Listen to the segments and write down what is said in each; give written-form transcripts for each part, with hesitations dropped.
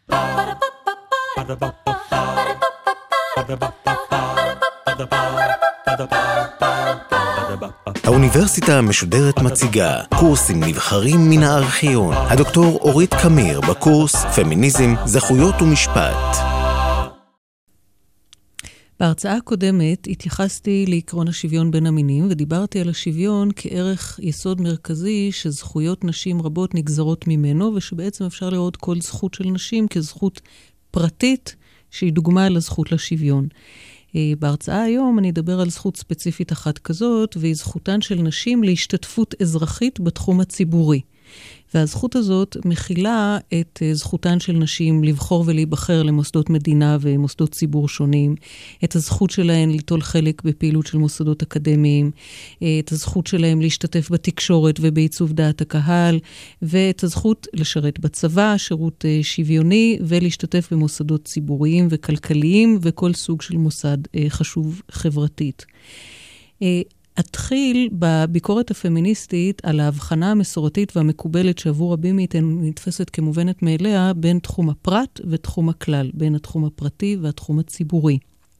האוניברסיטה המשודרת מציגה קורסים נבחרים מן הארכיון. הדוקטור אורית קמיר בקורס פמיניזם, זכויות ומשפט. בהרצאה הקודמת התייחסתי לעקרון השוויון בין המינים, ודיברתי על השוויון כערך יסוד מרכזי שזכויות נשים רבות נגזרות ממנו, ושבעצם אפשר לראות כל זכות של נשים כזכות פרטית שהיא דוגמה לזכות לשוויון. בהרצאה היום אני אדבר על זכות ספציפית אחת כזאת, והיא זכותן של נשים להשתתפות אזרחית בתחום הציבורי. והזכות הזאת מכילה את זכותן של נשים לבחור ולהיבחר למוסדות מדינה ומוסדות ציבור שונים, את הזכות שלהן ליטול חלק בפעילות של מוסדות אקדמיים, את הזכות שלהן להשתתף בתקשורת ובעיצוב דעת הקהל, ואת הזכות לשרת בצבא, שירות שוויוני, ולהשתתף במוסדות ציבוריים וכלכליים וכל סוג של מוסד חשוב חברתית. אתחיל בביקורת הפמיניסטית על ההבחנה המסורתית והמקובלת שעבור רבים מאיתנו נתפסת כמובנת מאליה בין תחום הפרט ותחום הכלל, בין התחום הפרטי והתחום הציבורי.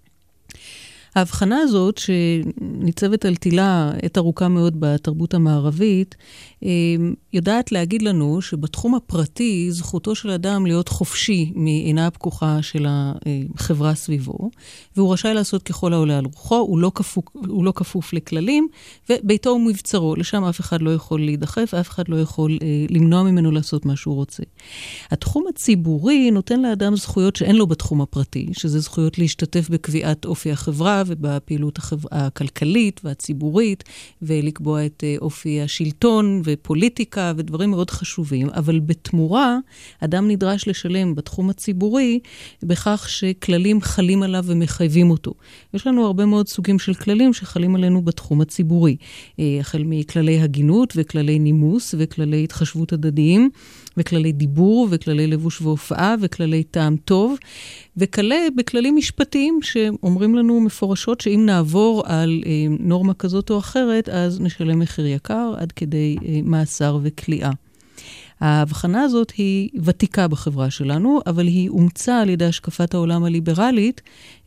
ההבחנה הזאת שניצבת על תילה עת ארוכה מאוד בתרבות המערבית, יודעת להגיד לנו שבתחום הפרטי זכותו של אדם להיות חופשי מעינה הפקוחה של החברה סביבו, והוא רשאי לעשות ככל העולה על רוחו, הוא לא כפוף לכללים, וביתו הוא מבצרו, לשם אף אחד לא יכול להידחף, אף אחד לא יכול למנוע ממנו לעשות מה שהוא רוצה. התחום הציבורי נותן לאדם זכויות שאין לו בתחום הפרטי, שזה זכויות להשתתף בקביעת אופי החברה ובפעילות הכלכלית והציבורית, ולקבוע את אופי השלטון ופוליטיקה ודברים מאוד חשובים, אבל בתמורה אדם נדרש לשלם בתחום הציבורי בכך שכללים חלים עליו ומחייבים אותו. יש לנו הרבה מאוד סוגים של כללים שחלים עלינו בתחום הציבורי, החל מכללי הגינות וכללי נימוס וכללי התחשבות הדדיים וכללי דיבור וכללי לבוש והופעה וכללי טעם טוב, וכלה בכללים משפטיים שאומרים לנו מפורשות שאם נעבור על נורמה כזאת או אחרת, אז נשלם מחיר יקר עד כדי מאסר וכליאה. ההבחנה הזאת היא ותיקה בחברה שלנו, אבל היא אומצה על ידי השקפת העולם הליברלית,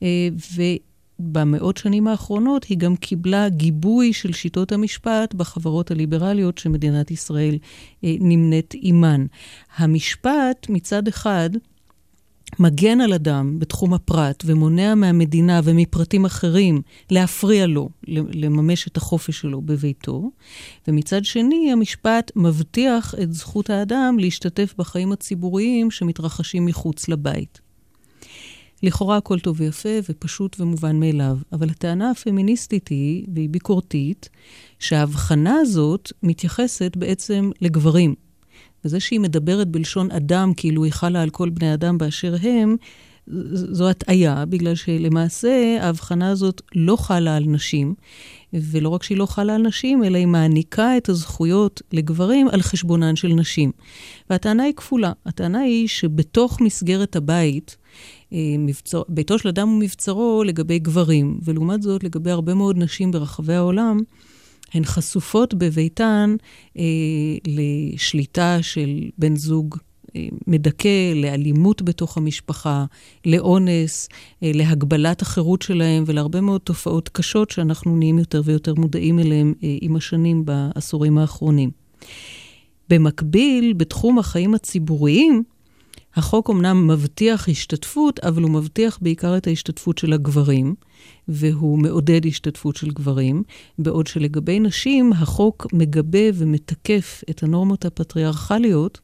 ובמאות שנים האחרונות היא גם קיבלה גיבוי של שיטות המשפט בחברות הליברליות שמדינת ישראל נמנית עימן. המשפט מצד אחד מגן על אדם בתחום הפרט ומונע מהמדינה ומפרטים אחרים להפריע לו, לממש את החופש שלו בביתו. ומצד שני, המשפט מבטיח את זכות האדם להשתתף בחיים הציבוריים שמתרחשים מחוץ לבית. לכאורה הכל טוב ויפה ופשוט ומובן מאליו, אבל הטענה הפמיניסטית היא, והיא ביקורתית, שההבחנה הזאת מתייחסת בעצם לגברים. וזה שהיא מדברת בלשון אדם, כאילו היא חלה על כל בני אדם באשר הם, זו הטעיה, בגלל שלמעשה ההבחנה הזאת לא חלה על נשים, ולא רק שהיא לא חלה על נשים, אלא היא מעניקה את הזכויות לגברים על חשבונן של נשים. והטענה היא כפולה. הטענה היא שבתוך מסגרת הבית, ביתו של אדם הוא מבצרו לגבי גברים, ולעומת זאת לגבי הרבה מאוד נשים ברחבי העולם, הן חשופות בביתן לשליטה של בן זוג מדכא, לאלימות בתוך המשפחה, לאונס, להגבלת החירות שלהם, ולהרבה מאוד תופעות קשות שאנחנו נהיים יותר ויותר מודעים אליהם עם השנים בעשורים האחרונים. במקביל, בתחום החיים הציבוריים, החוק אמנם מבטיח השתתפות, אבל הוא מבטיח בעיקר את ההשתתפות של הגברים, והוא מעודד השתתפות של גברים, בעוד שלגבי נשים החוק מגבה ומתקף את הנורמות הפטריארכליות,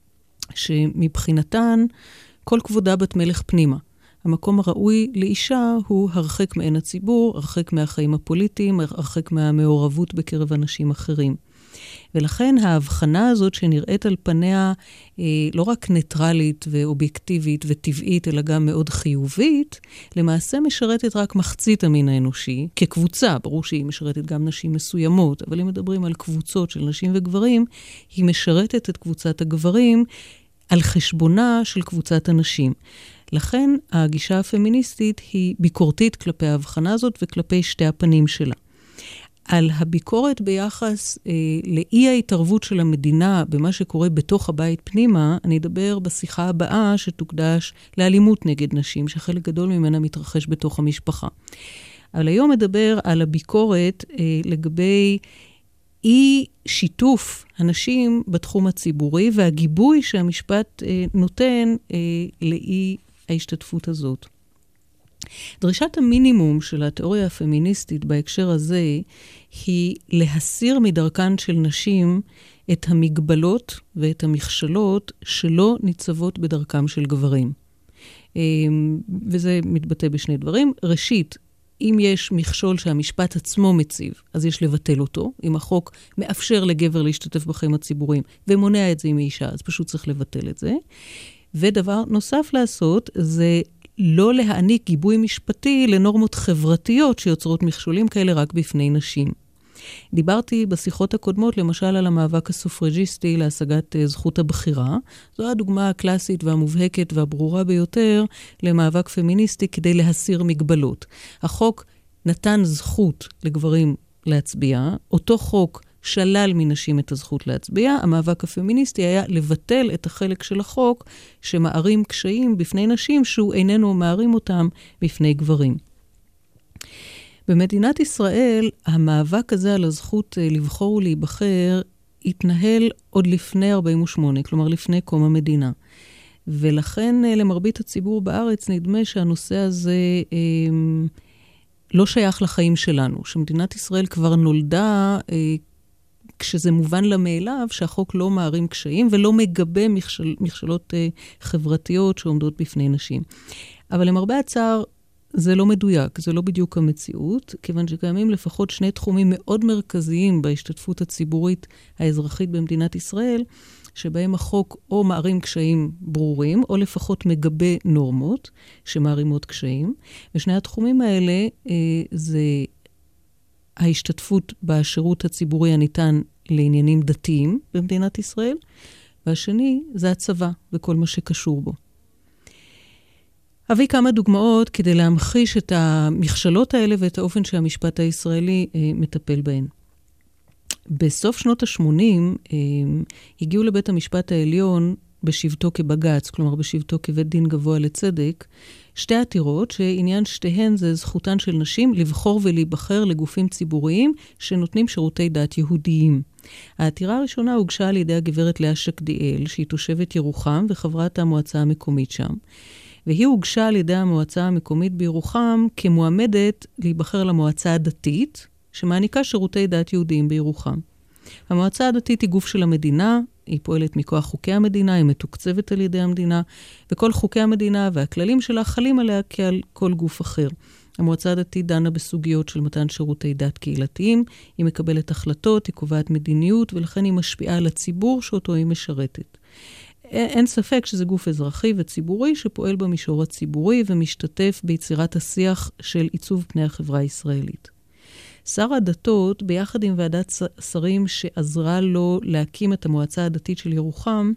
שמבחינתן כל כבודה בת מלך פנימה. המקום הראוי לאישה הוא הרחק מעין הציבור, הרחק מהחיים הפוליטיים, הרחק מהמעורבות בקרב אנשים אחרים. ולכן ההבחנה הזאת שנראית על פניה לא רק ניטרלית ואובייקטיבית וטבעית, אלא גם מאוד חיובית, למעשה משרתת רק מחצית המין האנושי, כקבוצה. ברור שהיא משרתת גם נשים מסוימות, אבל אם מדברים על קבוצות של נשים וגברים, היא משרתת את קבוצת הגברים על חשבונה של קבוצת הנשים. לכן הגישה הפמיניסטית היא ביקורתית כלפי ההבחנה הזאת וכלפי שתי הפנים שלה. על הביקורת ביחס לאי ההתערבות של המדינה במה שקורה בתוך הבית פנימה, אני אדבר בשיחה הבאה שתוקדש לאלימות נגד נשים, שחלק גדול ממנה מתרחש בתוך המשפחה. אבל היום אדבר על הביקורת לגבי אי שיתוף הנשים בתחום הציבורי, והגיבוי שהמשפט נותן לאי ההשתתפות הזאת. דרישת המינימום של התיאוריה הפמיניסטית בהקשר הזה היא להסיר מדרכן של נשים את המגבלות ואת המכשלות שלא ניצבות בדרכם של גברים. וזה מתבטא בשני דברים. ראשית, אם יש מכשול שהמשפט עצמו מציב, אז יש לבטל אותו. אם החוק מאפשר לגבר להשתתף בחיים הציבוריים ומונע את זה עם האישה, אז פשוט צריך לבטל את זה. ודבר נוסף לעשות זה לא להעניק גיבוי משפטי לנורמות חברתיות שיוצרות מכשולים כאלה רק בפני נשים. דיברתי בשיחות הקודמות למשל על המאבק הסופרג'יסטי להשגת זכות הבחירה. זו הדוגמה הקלאסית והמובהקת והברורה ביותר למאבק פמיניסטי כדי להסיר מגבלות. החוק נתן זכות לגברים להצביע, אותו חוק שלל מנשים את הזכות להצביע. המאבק הפמיניסטי היה לבטל את החלק של החוק שמערים קשיים בפני נשים שהוא איננו מערים אותם בפני גברים. במדינת ישראל, המאבק הזה על הזכות לבחור ולהיבחר התנהל עוד לפני 48, כלומר לפני קום המדינה. ולכן למרבית הציבור בארץ נדמה שהנושא הזה לא שייך לחיים שלנו, שמדינת ישראל כבר נולדה כשזה מובן לה מאליו שהחוק לא מערים קשיים ולא מגבה מכשלות חברתיות שעומדות בפני נשים. אבל למרבה הצער, זה לא מדויק, זה לא בדיוק המציאות, כיוון שקיימים לפחות שני תחומים מאוד מרכזיים בהשתתפות הציבורית האזרחית במדינת ישראל, שבהם החוק או מערים קשיים ברורים, או לפחות מגבה נורמות שמערימות קשיים. ושני התחומים האלה זה ההשתתפות בשירות הציבורי הניתן לעניינים דתיים במדינת ישראל, והשני זה הצבא וכל מה שקשור בו. אביא כמה דוגמאות כדי להמחיש את המכשלות האלה ואת האופן שהמשפט הישראלי מטפל בהן. בסוף שנות ה-80 הגיעו לבית המשפט העליון בשבתו כבג"ץ, כלומר בשבתו כבית דין גבוה לצדק, שתי עתירות שעניין שתיהן זה זכותן של נשים לבחור ולהיבחר לגופים ציבוריים שנותנים שירותי דת יהודיים. העתירה הראשונה הוגשה על ידי הגברת לאה שקדיאל, שהיא תושבת ירוחם וחברת המועצה המקומית שם. והיא הוגשה על ידי המועצה המקומית בירוחם כמועמדת להיבחר למועצה הדתית, שמעניקה שירותי דת יהודיים בירוחם. המועצה הדתית היא גוף של המדינה, היא פועלת מכוח חוקי המדינה, היא מתוקצבת על ידי המדינה, וכל חוקי המדינה והכללים שלה חלים עליה כעל כל גוף אחר. המועצה הדתית דנה בסוגיות של מתן שירותי דת קהילתיים, היא מקבלת החלטות, היא קובעת מדיניות, ולכן היא משפיעה על הציבור שאותו היא משרתת. אין ספק שזה גוף אזרחי וציבורי שפועל במישור הציבורי ומשתתף ביצירת השיח של עיצוב פני החברה הישראלית. שר הדתות, ביחד עם ועדת שרים שעזרה לו להקים את המועצה הדתית של ירוחם,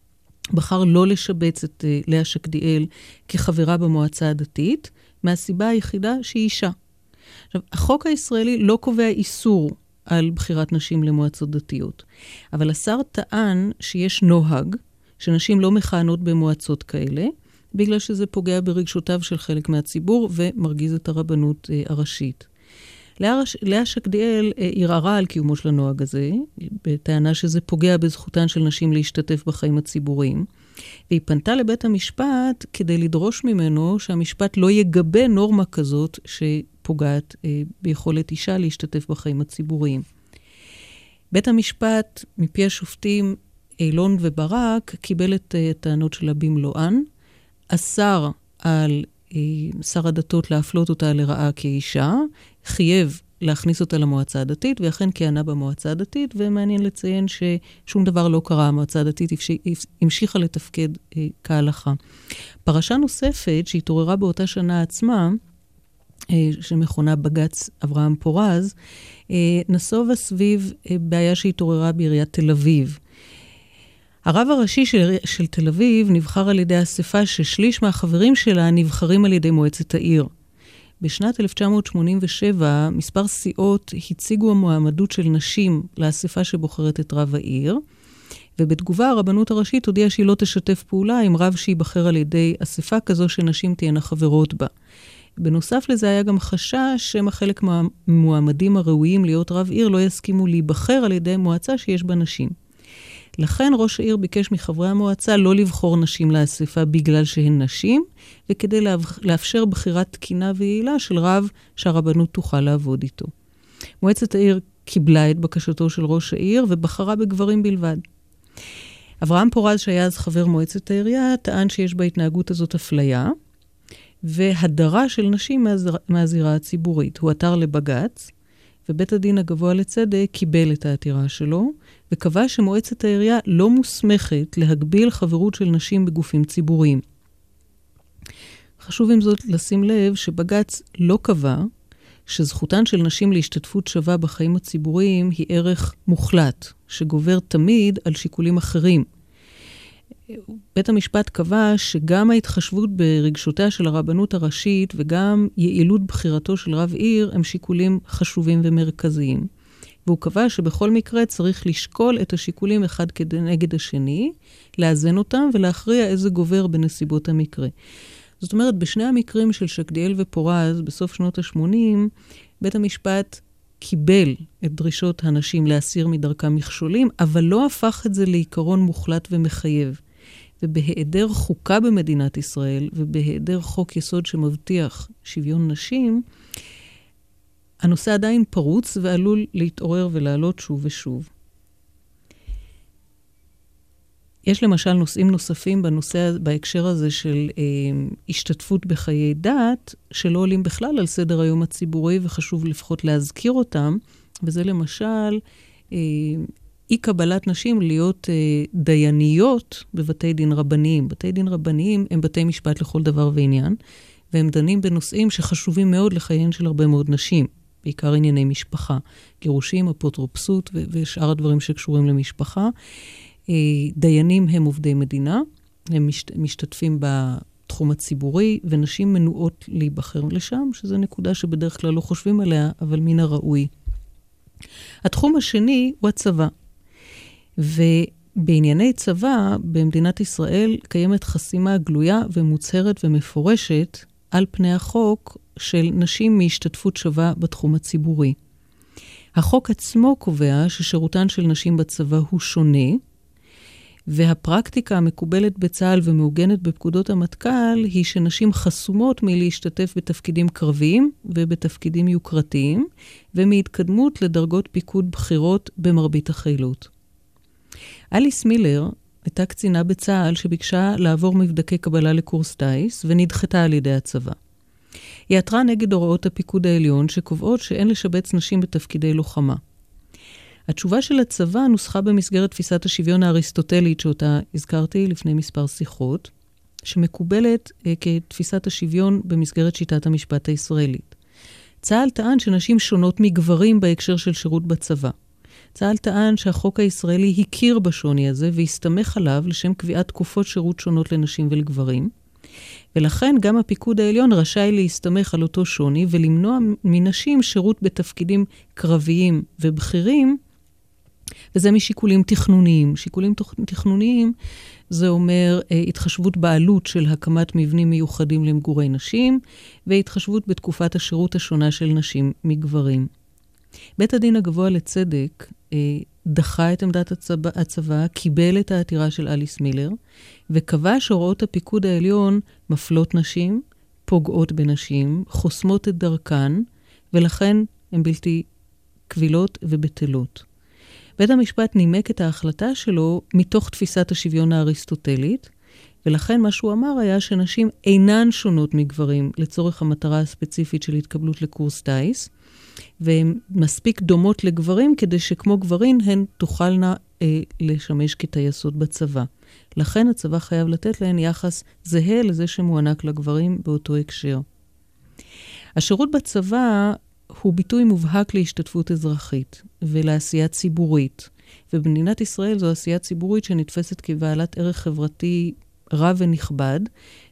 בחר לא לשבץ את לאה שקדיאל כחברה במועצה הדתית, מהסיבה היחידה שהיא אישה. עכשיו, החוק הישראלי לא קובע איסור על בחירת נשים למועצות דתיות, אבל השר טען שיש נוהג, שנשים לא מכהנות במועצות כאלה, בגלל שזה פוגע ברגשותיו של חלק מהציבור ומרגיז את הרבנות הראשית. לאה שקדיאל ערערה על קיומו של הנוהג הזה, בטענה שזה פוגע בזכותן של נשים להשתתף בחיים הציבוריים, והיא פנתה לבית המשפט כדי לדרוש ממנו שהמשפט לא יגבה נורמה כזאת שפוגעת ביכולת אישה להשתתף בחיים הציבוריים. בית המשפט, מפי השופטים, אילון וברק, קיבל את הטענות שלה במלואן, אסר על שר הדתות להפלות אותה לרעה כאישה, חייב להכניס אותה למועצה הדתית, ואכן כיהנה במועצה הדתית, ומעניין לציין ששום דבר לא קרה, המועצה הדתית המשיכה לתפקד כהלכה. פרשה נוספת שהתעוררה באותה שנה עצמה, שמכונה בג"ץ אברהם פורז, נסובה סביב בעיה שהתעוררה בעיריית תל אביב. הרב הראשי של תל אביב נבחר על ידי האספה ששליש מהחברים שלה נבחרים על ידי מועצת העיר. בשנת 1987 מספר סיעות הציגו המועמדות של נשים לאספה שבוחרת את רב העיר, ובתגובה הרבנות הראשית הודיעה שהיא לא תשתף פעולה עם רב שיבחר על ידי אספה כזו שנשים תהיינה חברות בה. בנוסף לזה היה גם חשש שמה חלק מהמועמדים הראויים להיות רב עיר לא יסכימו להיבחר על ידי מועצה שיש בה נשים. לכן ראש העיר ביקש מחברי המועצה לא לבחור נשים לאספה בגלל שהן נשים, וכדי לאפשר בחירת תקינה ויעילה של רב שהרבנות תוכל לעבוד איתו. מועצת העיר קיבלה את בקשתו של ראש העיר ובחרה בגברים בלבד. אברהם פורז, שהיה אז חבר מועצת העירייה, טען שיש בהתנהגות הזאת אפליה, והדרה של נשים מהזירה הציבורית. הוא עתר לבג"ץ, ובית הדין הגבוה לצדק קיבל את העתירה שלו, וקבע שמועצת העירייה לא מוסמכת להגביל חברות של נשים בגופים ציבוריים. חשוב עם זאת לשים לב שבג"ץ לא קבע שזכותן של נשים להשתתפות שווה בחיים הציבוריים היא ערך מוחלט, שגובר תמיד על שיקולים אחרים. בית המשפט קבע שגם ההתחשבות ברגשותיה של הרבנות הראשית וגם יעילות בחירתו של רב עיר הם שיקולים חשובים ומרכזיים. והוא קבע שבכל מקרה צריך לשקול את השיקולים אחד כנגד השני, לאזן אותם ולהכריע איזה גובר בנסיבות המקרה. זאת אומרת, בשני המקרים של שקדיאל ופורז בסוף שנות ה-80, בית המשפט קיבל את דרישות הנשים להסיר מדרכם מכשולים, אבל לא הפך את זה לעיקרון מוחלט ומחייב. ובהיעדר חוקה במדינת ישראל, ובהיעדר חוק יסוד שמבטיח שוויון נשים, הנושא עדיין פרוץ ועלול להתעורר ולעלות שוב ושוב. יש למשל נושאים נוספים בהקשר הזה של השתתפות בחיי דת, שלא עולים בכלל על סדר היום הציבורי, וחשוב לפחות להזכיר אותם, וזה למשל אי קבלת נשים להיות דייניות בבתי דין רבניים. בתי דין רבניים הם בתי משפט לכל דבר ועניין, והם דנים בנושאים שחשובים מאוד לחייהן של הרבה מאוד נשים, בעיקר ענייני משפחה, גירושים, אפוטרופסות ושאר הדברים שקשורים למשפחה. דיינים הם עובדי מדינה, הם משתתפים בתחום הציבורי, ונשים מנועות להיבחר לשם, שזו נקודה שבדרך כלל לא חושבים עליה, אבל מן הראוי. התחום השני הוא הצבא. ובענייני צבא, במדינת ישראל קיימת חסימה גלויה ומוצהרת ומפורשת על פני החוק של נשים מהשתתפות שווה בתחום הציבורי. החוק עצמו קובע ששירותן של נשים בצבא הוא שונה, והפרקטיקה המקובלת בצה"ל ומעוגנת בפקודות המטכ"ל היא שנשים חסומות מלהשתתף בתפקידים קרביים ובתפקידים יוקרתיים, ומהתקדמות לדרגות פיקוד בחירות במרבית החילות. אליס מילר הייתה קצינה בצה"ל שביקשה לעבור מבדקי קבלה לקורס טייס ונדחתה על ידי הצבא. היא עתרה נגד הוראות הפיקוד העליון שקובעות שאין לשבץ נשים בתפקידי לוחמה. התשובה של הצבא נוסחה במסגרת תפיסת השוויון האריסטוטלית שאותה הזכרתי לפני מספר שיחות, שמקובלת כתפיסת השוויון במסגרת שיטת המשפט הישראלית. צה"ל טען שנשים שונות מגברים בהקשר של שירות בצבא. צה"ל טען שהחוק הישראלי הכיר בשוני הזה והסתמך עליו לשם קביעת תקופות שירות שונות לנשים ולגברים, ולכן גם הפיקוד העליון רשאי להסתמך על אותו שוני ולמנוע מנשים שירות בתפקידים קרביים ובכירים, וזה משיקולים תכנוניים. שיקולים תכנוניים זה אומר התחשבות בעלות של הקמת מבנים מיוחדים למגורי נשים, והתחשבות בתקופת השירות השונה של נשים מגברים. בית הדין הגבוה לצדק דחה את עמדת הצבא, קיבל את העתירה של אליס מילר, וקבע שהוראות הפיקוד העליון מפלות נשים, פוגעות בנשים, חוסמות את דרכן, ולכן הן בלתי קבילות ובטלות. בית המשפט נימק את ההחלטה שלו מתוך תפיסת השוויון האריסטוטלית, ולכן מה שהוא אמר היה שנשים אינן שונות מגברים לצורך המטרה הספציפית של התקבלות לקורס טייס, והן מספיק דומות לגברים כדי שכמו גברים הן תוכלנה לשמש כטייסות בצבא. לכן הצבא חייב לתת להן יחס זהה לזה שמוענק לגברים באותו הקשר. השירות בצבא הוא ביטוי מובהק להשתתפות אזרחית ולעשייה ציבורית. ובמדינת ישראל זו עשייה ציבורית שנתפסת כבעלת ערך חברתי רב ונכבד,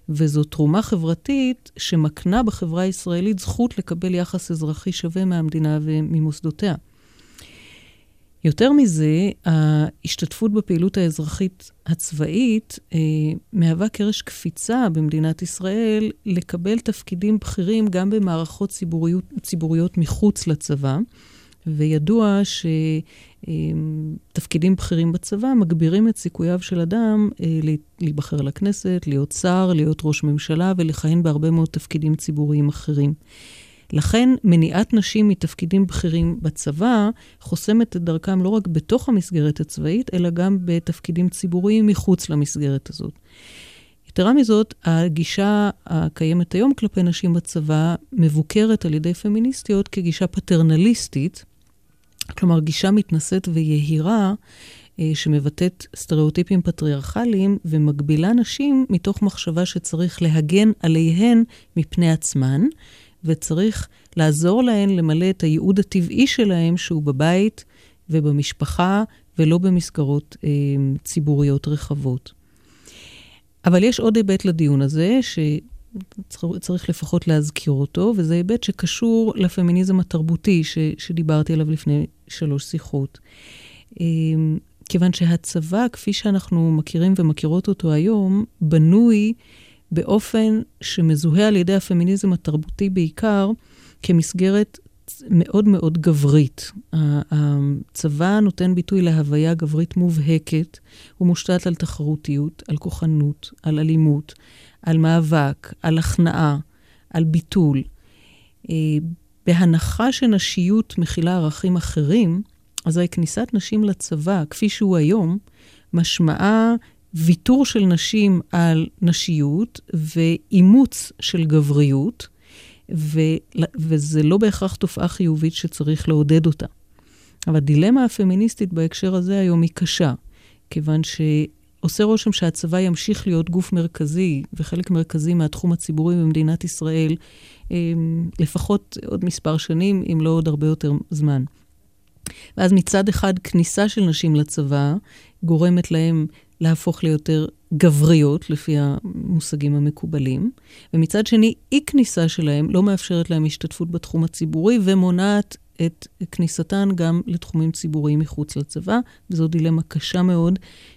וזו תרומה חברתית שמקנה בחברה הישראלית זכות לקבל יחס אזרחי שווה מהמדינה וממוסדותיה. יותר מזה, ההשתתפות בפעילות האזרחית הצבאית מהווה קרש קפיצה במדינת ישראל לקבל תפקידים בכירים גם במערכות ציבוריות מחוץ לצבא, וידוע שתפקידים בכירים בצבא מגבירים את סיכוייו של אדם להיבחר לכנסת, להיות שר, להיות ראש ממשלה ולכהן בהרבה מאוד תפקידים ציבוריים אחרים. לכן מניעת נשים מתפקידים בכירים בצבא חוסמת את דרכם לא רק בתוך המסגרת הצבאית, אלא גם בתפקידים ציבוריים מחוץ למסגרת הזאת. יתרה מזאת, הגישה הקיימת היום כלפי נשים בצבא מבוקרת על ידי פמיניסטיות כגישה פטרנליסטית, כלומר גישה מתנשאת ויהירה, שמבטאת סטריאוטיפים פטריארכליים ומגבילה נשים מתוך מחשבה שצריך להגן עליהן מפני עצמן, וצריך לעזור להן למלא את הייעוד הטבעי שלהם שהוא בבית ובמשפחה ולא במסגרות ציבוריות רחבות. אבל יש עוד היבט לדיון הזה שצריך לפחות להזכיר אותו, וזה היבט שקשור לפמיניזם התרבותי שדיברתי עליו לפני 3 שיחות. כיוון שהצבא, כפי שאנחנו מכירים ומכירות אותו היום, בנוי באופן שמזוהה על ידי הפמיניזם התרבותי בעיקר, כמסגרת מאוד מאוד גברית. הצבא נותן ביטוי להוויה גברית מובהקת, הוא מושתת על תחרותיות, על כוחנות, על אלימות, על מאבק, על הכנעה, על ביטול. בהנחה שנשיות מכילה ערכים אחרים, אז כניסת נשים לצבא, כפי שהוא היום, משמעה ויתור של נשים על נשיות ואימוץ של גבריות, וזה לא בהכרח תופעה חיובית שצריך לעודד אותה. אבל הדילמה הפמיניסטית בהקשר הזה היום היא קשה, כיוון שעושה רושם שהצבא ימשיך להיות גוף מרכזי, וחלק מרכזי מהתחום הציבורי במדינת ישראל, לפחות עוד מספר שנים, אם לא עוד הרבה יותר זמן. ואז מצד אחד, כניסה של נשים לצבא גורמת להם להפוך ליותר גבריות, לפי המושגים המקובלים, ומצד שני, אי כניסה שלהם לא מאפשרת להם השתתפות בתחום הציבורי, ומונעת את כניסתן גם לתחומים ציבוריים מחוץ לצבא, וזו דילמה קשה מאוד,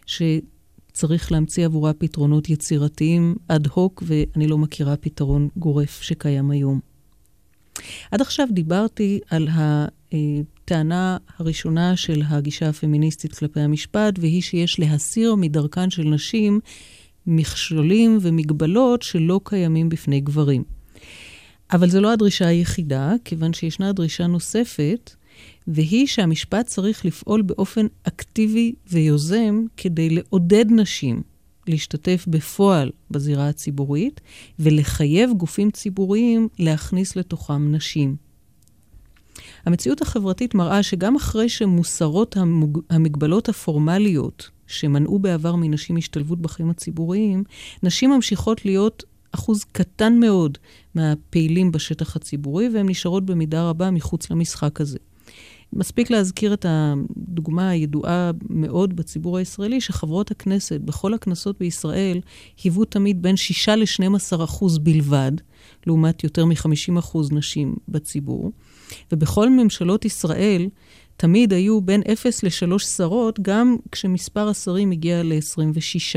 שצריך להמציא עבורה פתרונות יצירתיים עד הוק, ואני לא מכירה פתרון גורף שקיים היום. עד עכשיו דיברתי על הטענה הראשונה של הגישה הפמיניסטית כלפי המשפט, והיא שיש להסיר מדרכן של נשים מכשולים ומגבלות שלא קיימים בפני גברים. אבל זו לא הדרישה היחידה, כיוון שישנה דרישה נוספת, והיא שהמשפט צריך לפעול באופן אקטיבי ויוזם כדי לעודד נשים להשתתף בפועל בזירה הציבורית, ולחייב גופים ציבוריים להכניס לתוכם נשים. המציאות החברתית מראה שגם אחרי שמוסרות המגבלות הפורמליות שמנעו בעבר מנשים השתלבות בחיים הציבוריים, נשים ממשיכות להיות אחוז קטן מאוד מהפעילים בשטח הציבורי, והן נשארות במידה רבה מחוץ למשחק הזה. מספיק להזכיר את הדוגמה הידועה מאוד בציבור הישראלי, שחברות הכנסת בכל הכנסות בישראל היוו תמיד בין 6-12% בלבד, לעומת יותר מ-50% נשים בציבור. ובכל ממשלות ישראל תמיד היו בין 0 ל-3 שרות, גם כשמספר השרים הגיע ל-26.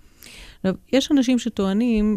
יש אנשים שטוענים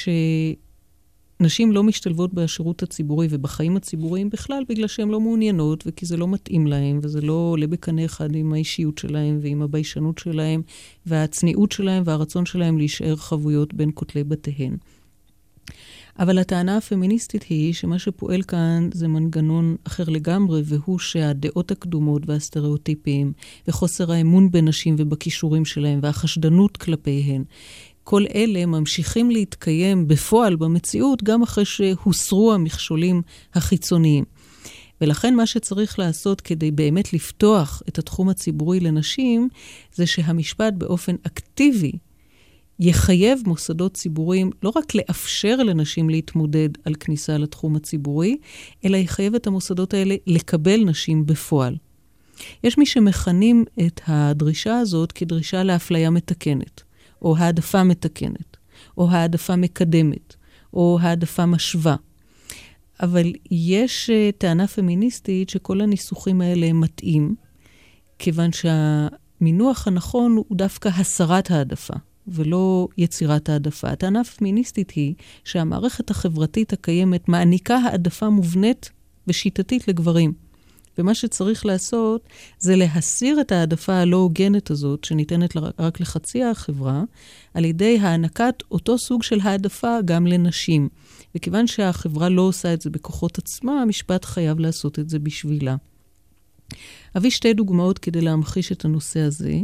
נשים לא משתלבות בשירות הציבורי ובחיים הציבוריים בכלל, בגלל שהן לא מעוניינות, וכי זה לא מתאים להן, וזה לא עולה בקנה אחד עם האישיות שלהן, ועם הביישנות שלהן, והצניעות שלהן, והרצון שלהן להישאר חבויות בין כותלי בתיהן. אבל הטענה הפמיניסטית היא שמה שפועל כאן זה מנגנון אחר לגמרי, והוא שהדעות הקדומות והסטריאוטיפים, וחוסר האמון בנשים ובכישורים שלהם, והחשדנות כלפיהן, כל אלה ממשיכים להתקיים בפועל במציאות, גם אחרי שהוסרו המכשולים החיצוניים. ולכן מה שצריך לעשות כדי באמת לפתוח את התחום הציבורי לנשים, זה שהמשפט באופן אקטיבי יחייב מוסדות ציבוריים לא רק לאפשר לנשים להתמודד על כניסה לתחום הציבורי, אלא יחייב את המוסדות האלה לקבל נשים בפועל. יש מי שמכנים את הדרישה הזאת כדרישה לאפליה מתקנת, או העדפה מתקנת, או העדפה מקדמת, או העדפה משווה. אבל יש טענה פמיניסטית שכל הניסוחים האלה מתאים, כיוון שהמינוח הנכון הוא דווקא הסרת העדפה, ולא יצירת העדפה. הטענה הפמיניסטית היא שהמערכת החברתית הקיימת מעניקה העדפה מובנית ושיטתית לגברים. ומה שצריך לעשות זה להסיר את העדפה הלא הוגנת הזאת, שניתנת רק לחצי החברה, על ידי הענקת אותו סוג של העדפה גם לנשים. וכיוון שהחברה לא עושה את זה בכוחות עצמה, המשפט חייב לעשות את זה בשבילה. אביא שתי דוגמאות כדי להמחיש את הנושא הזה.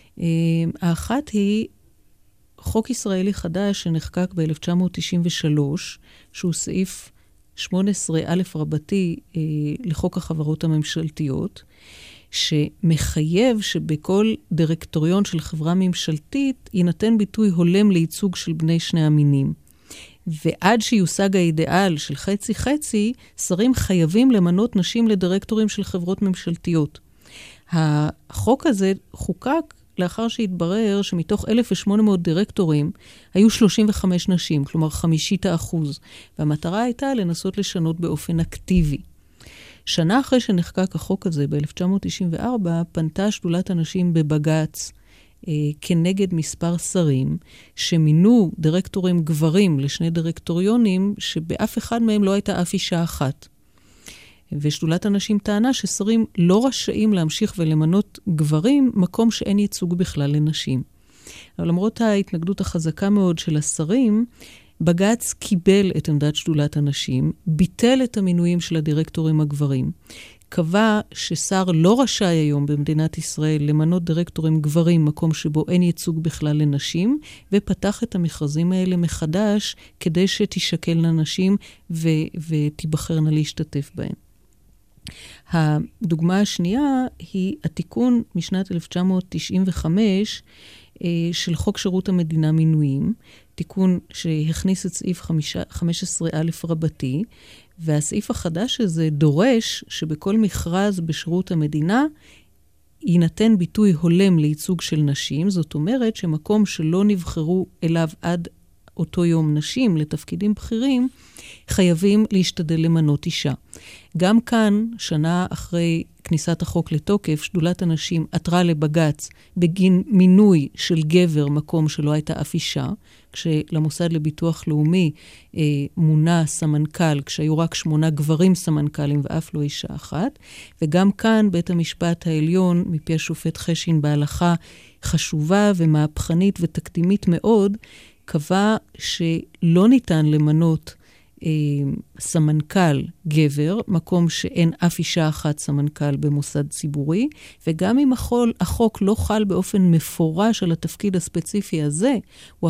האחת היא חוק ישראלי חדש שנחקק ב-1993, שהוא סעיף 18א רבתי לחוק החברות הממשלתיות, שמחייב שבכל דירקטוריון של חברה ממשלתית יינתן ביטוי הולם לייצוג של בני שני המינים. ועד שיושג האידיאל של חצי-חצי, שרים חייבים למנות נשים לדירקטורים של חברות ממשלתיות. החוק הזה חוקק לאחר שהתברר שמתוך 1,800 דירקטורים היו 35 נשים, כלומר 50%, והמטרה הייתה לנסות לשנות באופן אקטיבי. שנה אחרי שנחקק החוק הזה, ב-1994, פנתה שדולת הנשים בבג"ץ כנגד מספר שרים, שמינו דירקטורים גברים לשני דירקטוריונים, שבאף אחד מהם לא הייתה אף אישה אחת. ושדולת הנשים טענה ששרים לא רשאים להמשיך ולמנות גברים, מקום שאין ייצוג בכלל לנשים. אבל למרות ההתנגדות החזקה מאוד של השרים, בג"ץ קיבל את עמדת שדולת הנשים, ביטל את המינויים של הדירקטורים הגברים, קבע ששר לא רשאי היום במדינת ישראל למנות דירקטורים גברים, מקום שבו אין ייצוג בכלל לנשים, ופתח את המכרזים האלה מחדש כדי שתשקלנה נשים ותיבחרנה להשתתף בהם. הדוגמה השנייה היא התיקון משנת 1995 של חוק שירות המדינה מינויים, תיקון שהכניס את סעיף 15א רבתי, והסעיף החדש הזה דורש שבכל מכרז בשירות המדינה יינתן ביטוי הולם לייצוג של נשים, זאת אומרת שמקום שלא נבחרו אליו עד אותו יום נשים לתפקידים בכירים, חייבים להשתדל למנות אישה. גם כאן, שנה אחרי כניסת החוק לתוקף, שדולת הנשים עתרה לבג"ץ בגין מינוי של גבר מקום שלא הייתה אף אישה, כשלמוסד לביטוח לאומי מונה סמנכ"ל, כשהיו רק 8 גברים סמנכ"לים ואף לא אישה אחת. וגם כאן בית המשפט העליון, מפי השופט חשין בהלכה חשובה ומהפכנית ותקדימית מאוד, קבע שלא ניתן למנות סמנכ"ל גבר, מקום שאין אף אישה אחת סמנכ"ל במוסד ציבורי, וגם אם החוק לא חל באופן מפורש על התפקיד הספציפי הזה, הוא